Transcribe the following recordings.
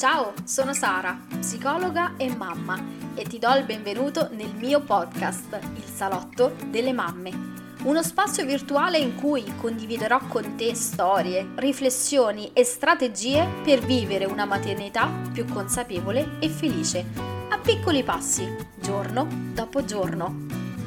Ciao, sono Sara, psicologa e mamma e ti do il benvenuto nel mio podcast, Il Salotto delle Mamme. Uno spazio virtuale in cui condividerò con te storie, riflessioni e strategie per vivere una maternità più consapevole e felice, a piccoli passi, giorno dopo giorno.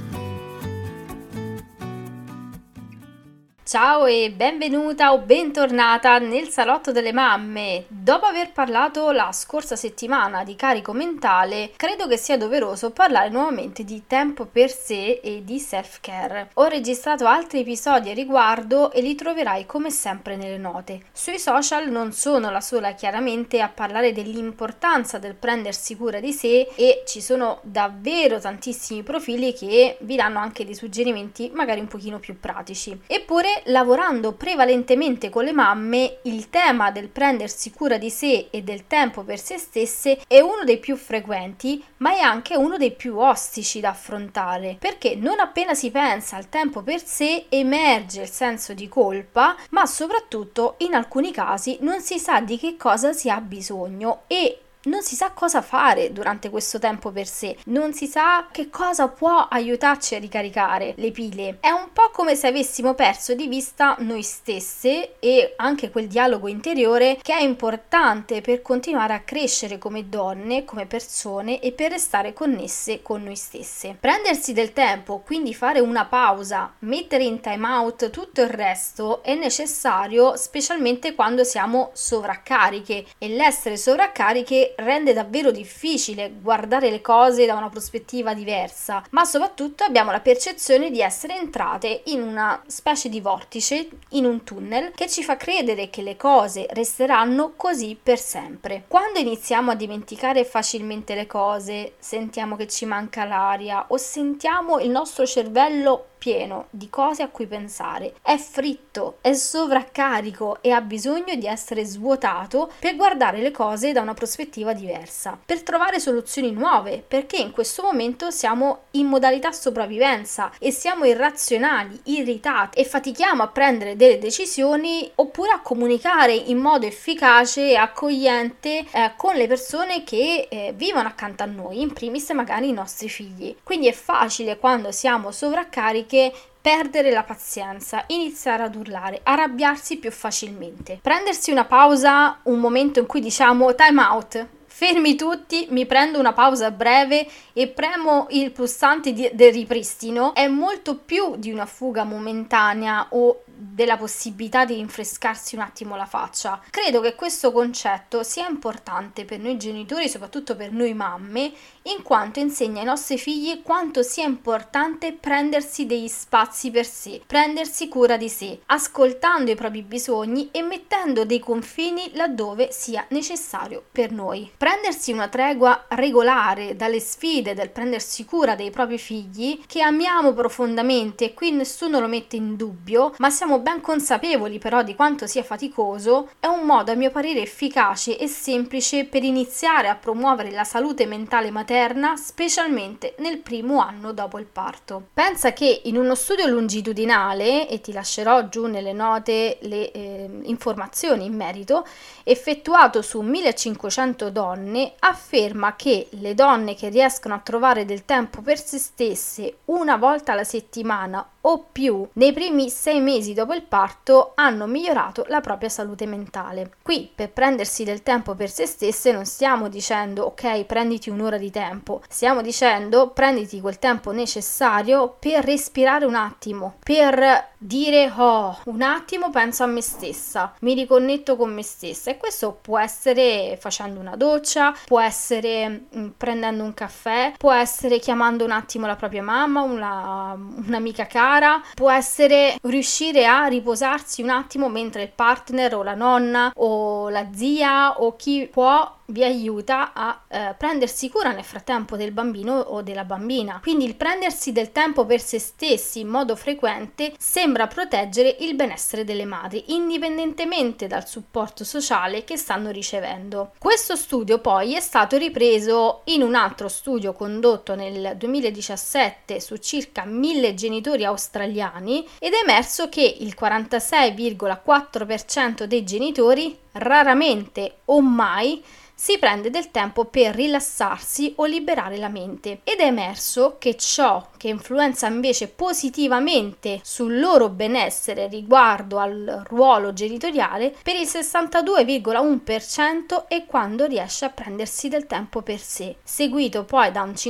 Ciao e benvenuta o bentornata nel Salotto delle Mamme. Dopo aver parlato la scorsa settimana di carico mentale, credo che sia doveroso parlare nuovamente di tempo per sé e di self-care. Ho registrato altri episodi a riguardo e li troverai come sempre nelle note. Sui social non sono la sola chiaramente a parlare dell'importanza del prendersi cura di sé e ci sono davvero tantissimi profili che vi danno anche dei suggerimenti magari un pochino più pratici. Eppure lavorando prevalentemente con le mamme, il tema del prendersi cura di sé e del tempo per se stesse è uno dei più frequenti, ma è anche uno dei più ostici da affrontare, perché non appena si pensa al tempo per sé emerge il senso di colpa, ma soprattutto in alcuni casi non si sa di che cosa si ha bisogno e non si sa cosa fare durante questo tempo per sé, non si sa che cosa può aiutarci a ricaricare le pile. È un po' come se avessimo perso di vista noi stesse e anche quel dialogo interiore che è importante per continuare a crescere come donne, come persone e per restare connesse con noi stesse. Prendersi del tempo, quindi fare una pausa, mettere in time out tutto il resto è necessario, specialmente quando siamo sovraccariche, e l'essere sovraccariche rende davvero difficile guardare le cose da una prospettiva diversa, ma soprattutto abbiamo la percezione di essere entrate in una specie di vortice, in un tunnel che ci fa credere che le cose resteranno così per sempre. Quando iniziamo a dimenticare facilmente le cose, sentiamo che ci manca l'aria o sentiamo il nostro cervello pieno di cose a cui pensare, è fritto, è sovraccarico e ha bisogno di essere svuotato per guardare le cose da una prospettiva diversa, per trovare soluzioni nuove, perché in questo momento siamo in modalità sopravvivenza e siamo irrazionali, irritati e fatichiamo a prendere delle decisioni oppure a comunicare in modo efficace e accogliente con le persone che vivono accanto a noi, in primis magari i nostri figli. Quindi è facile quando siamo sovraccariche perdere la pazienza, iniziare ad urlare, arrabbiarsi più facilmente. Prendersi una pausa, un momento in cui diciamo time out, fermi tutti, mi prendo una pausa breve e premo il pulsante del ripristino, è molto più di una fuga momentanea o della possibilità di rinfrescarsi un attimo la faccia. Credo che questo concetto sia importante per noi genitori, soprattutto per noi mamme, in quanto insegna ai nostri figli quanto sia importante prendersi degli spazi per sé, prendersi cura di sé, ascoltando i propri bisogni e mettendo dei confini laddove sia necessario per noi. Prendersi una tregua regolare dalle sfide del prendersi cura dei propri figli, che amiamo profondamente e qui nessuno lo mette in dubbio, ma siamo ben consapevoli però di quanto sia faticoso, è un modo a mio parere efficace e semplice per iniziare a promuovere la salute mentale materna, specialmente nel primo anno dopo il parto. Pensa che in uno studio longitudinale, e ti lascerò giù nelle note le informazioni in merito, effettuato su 1500 donne, afferma che le donne che riescono a trovare del tempo per se stesse una volta alla settimana o più nei primi 6 mesi dopo il parto hanno migliorato la propria salute mentale. Qui per prendersi del tempo per se stesse non stiamo dicendo ok, prenditi un'ora di tempo, stiamo dicendo prenditi quel tempo necessario per respirare un attimo, per dire oh, un attimo penso a me stessa, mi riconnetto con me stessa, e questo può essere facendo una doccia, può essere prendendo un caffè, può essere chiamando un attimo la propria mamma, un'amica cara, può essere riuscire a riposarsi un attimo mentre il partner o la nonna o la zia o chi può vi aiuta a prendersi cura nel frattempo del bambino o della bambina. Quindi il prendersi del tempo per se stessi in modo frequente sembra proteggere il benessere delle madri, indipendentemente dal supporto sociale che stanno ricevendo. Questo studio poi è stato ripreso in un altro studio condotto nel 2017 su circa 1000 genitori australiani ed è emerso che il 46,4% dei genitori raramente o mai si prende del tempo per rilassarsi o liberare la mente, ed è emerso che ciò che influenza invece positivamente sul loro benessere riguardo al ruolo genitoriale per il 62,1% è quando riesce a prendersi del tempo per sé, seguito poi da un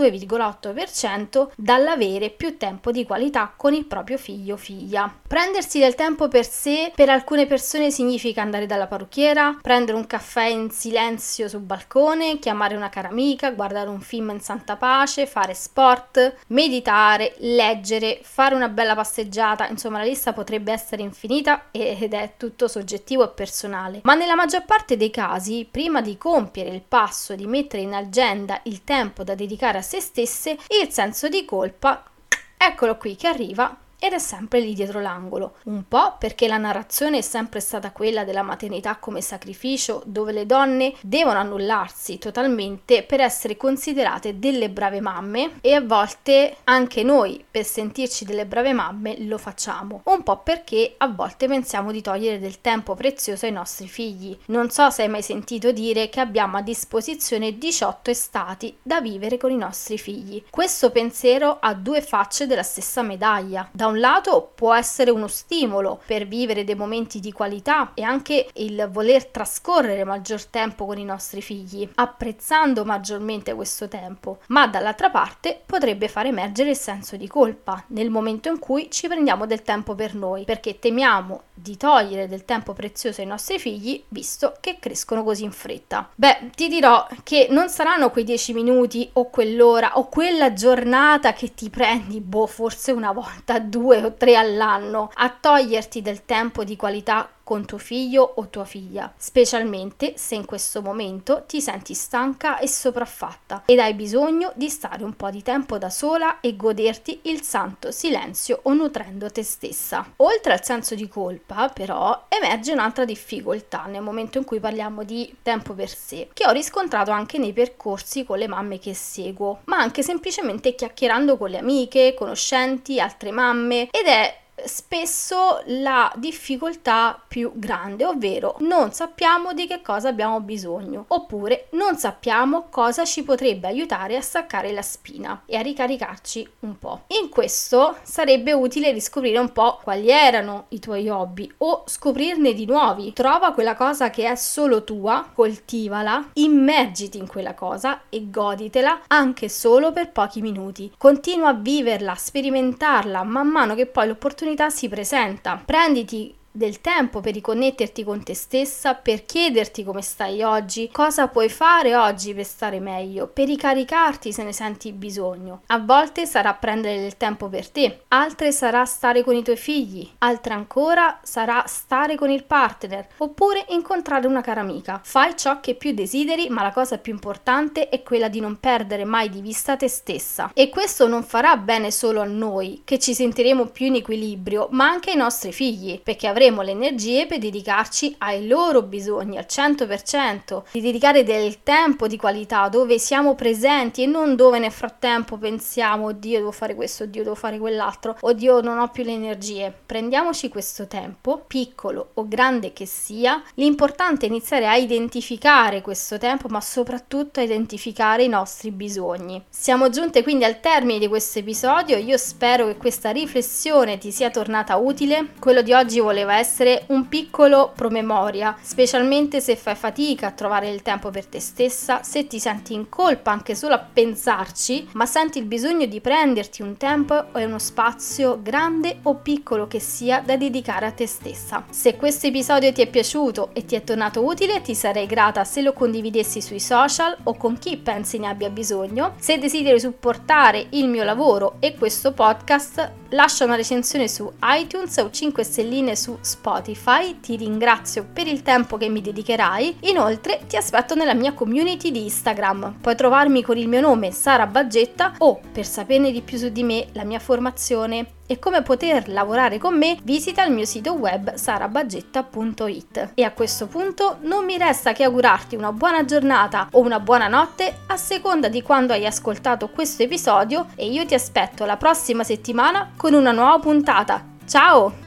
52,8% dall'avere più tempo di qualità con il proprio figlio o figlia. Prendersi del tempo per sé per alcune persone significa andare dalla parrucchiera, prendere un caffè in silenzio sul balcone, chiamare una cara amica, guardare un film in santa pace, fare sport, meditare, leggere, fare una bella passeggiata. Insomma, la lista potrebbe essere infinita ed è tutto soggettivo e personale. Ma nella maggior parte dei casi, prima di compiere il passo di mettere in agenda il tempo da dedicare a se stesse, il senso di colpa, eccolo qui che arriva, ed è sempre lì dietro l'angolo, un po' perché la narrazione è sempre stata quella della maternità come sacrificio, dove le donne devono annullarsi totalmente per essere considerate delle brave mamme, e a volte anche noi per sentirci delle brave mamme lo facciamo, un po' perché a volte pensiamo di togliere del tempo prezioso ai nostri figli. Non so se hai mai sentito dire che abbiamo a disposizione 18 estati da vivere con i nostri figli. Questo pensiero ha due facce della stessa medaglia. Da un lato può essere uno stimolo per vivere dei momenti di qualità e anche il voler trascorrere maggior tempo con i nostri figli, apprezzando maggiormente questo tempo, ma dall'altra parte potrebbe far emergere il senso di colpa nel momento in cui ci prendiamo del tempo per noi, perché temiamo di togliere del tempo prezioso ai nostri figli visto che crescono così in fretta. Beh, ti dirò che non saranno quei 10 minuti o quell'ora o quella giornata che ti prendi, forse una volta, 2 o 3 all'anno, a toglierti del tempo di qualità con tuo figlio o tua figlia, specialmente se in questo momento ti senti stanca e sopraffatta ed hai bisogno di stare un po' di tempo da sola e goderti il santo silenzio o nutrendo te stessa. Oltre al senso di colpa, però, emerge un'altra difficoltà nel momento in cui parliamo di tempo per sé, che ho riscontrato anche nei percorsi con le mamme che seguo, ma anche semplicemente chiacchierando con le amiche, conoscenti, altre mamme, ed è spesso la difficoltà più grande, ovvero non sappiamo di che cosa abbiamo bisogno, oppure non sappiamo cosa ci potrebbe aiutare a staccare la spina e a ricaricarci un po'. In questo sarebbe utile riscoprire un po' quali erano i tuoi hobby o scoprirne di nuovi. Trova quella cosa che è solo tua, coltivala, immergiti in quella cosa e goditela anche solo per pochi minuti. Continua a viverla, sperimentarla man mano che poi l'opportunità si presenta. Prenditi del tempo per riconnetterti con te stessa, per chiederti come stai oggi, cosa puoi fare oggi per stare meglio, per ricaricarti se ne senti bisogno. A volte sarà prendere del tempo per te, altre sarà stare con i tuoi figli, altre ancora sarà stare con il partner, oppure incontrare una cara amica. Fai ciò che più desideri, ma la cosa più importante è quella di non perdere mai di vista te stessa. E questo non farà bene solo a noi, che ci sentiremo più in equilibrio, ma anche ai nostri figli, perché avremo le energie per dedicarci ai loro bisogni al 100%, di dedicare del tempo di qualità dove siamo presenti e non dove nel frattempo pensiamo oddio devo fare questo, oddio devo fare quell'altro, oddio non ho più le energie. Prendiamoci questo tempo, piccolo o grande che sia. L'importante è iniziare a identificare questo tempo, ma soprattutto a identificare i nostri bisogni. Siamo giunte quindi al termine di questo episodio. Io spero che questa riflessione ti sia tornata utile. Quello di oggi voleva essere un piccolo promemoria, specialmente se fai fatica a trovare il tempo per te stessa, se ti senti in colpa anche solo a pensarci, ma senti il bisogno di prenderti un tempo e uno spazio grande o piccolo che sia da dedicare a te stessa. Se questo episodio ti è piaciuto e ti è tornato utile, ti sarei grata se lo condividessi sui social o con chi pensi ne abbia bisogno. Se desideri supportare il mio lavoro e questo podcast, lascia una recensione su iTunes o 5 stelline su Spotify. Ti ringrazio per il tempo che mi dedicherai. Inoltre ti aspetto nella mia community di Instagram. Puoi trovarmi con il mio nome Sara Baggetta, o per saperne di più su di me, la mia formazione e come poter lavorare con me, visita il mio sito web sarabaggetta.it. E a questo punto non mi resta che augurarti una buona giornata o una buona notte a seconda di quando hai ascoltato questo episodio, e io ti aspetto la prossima settimana con una nuova puntata. Ciao!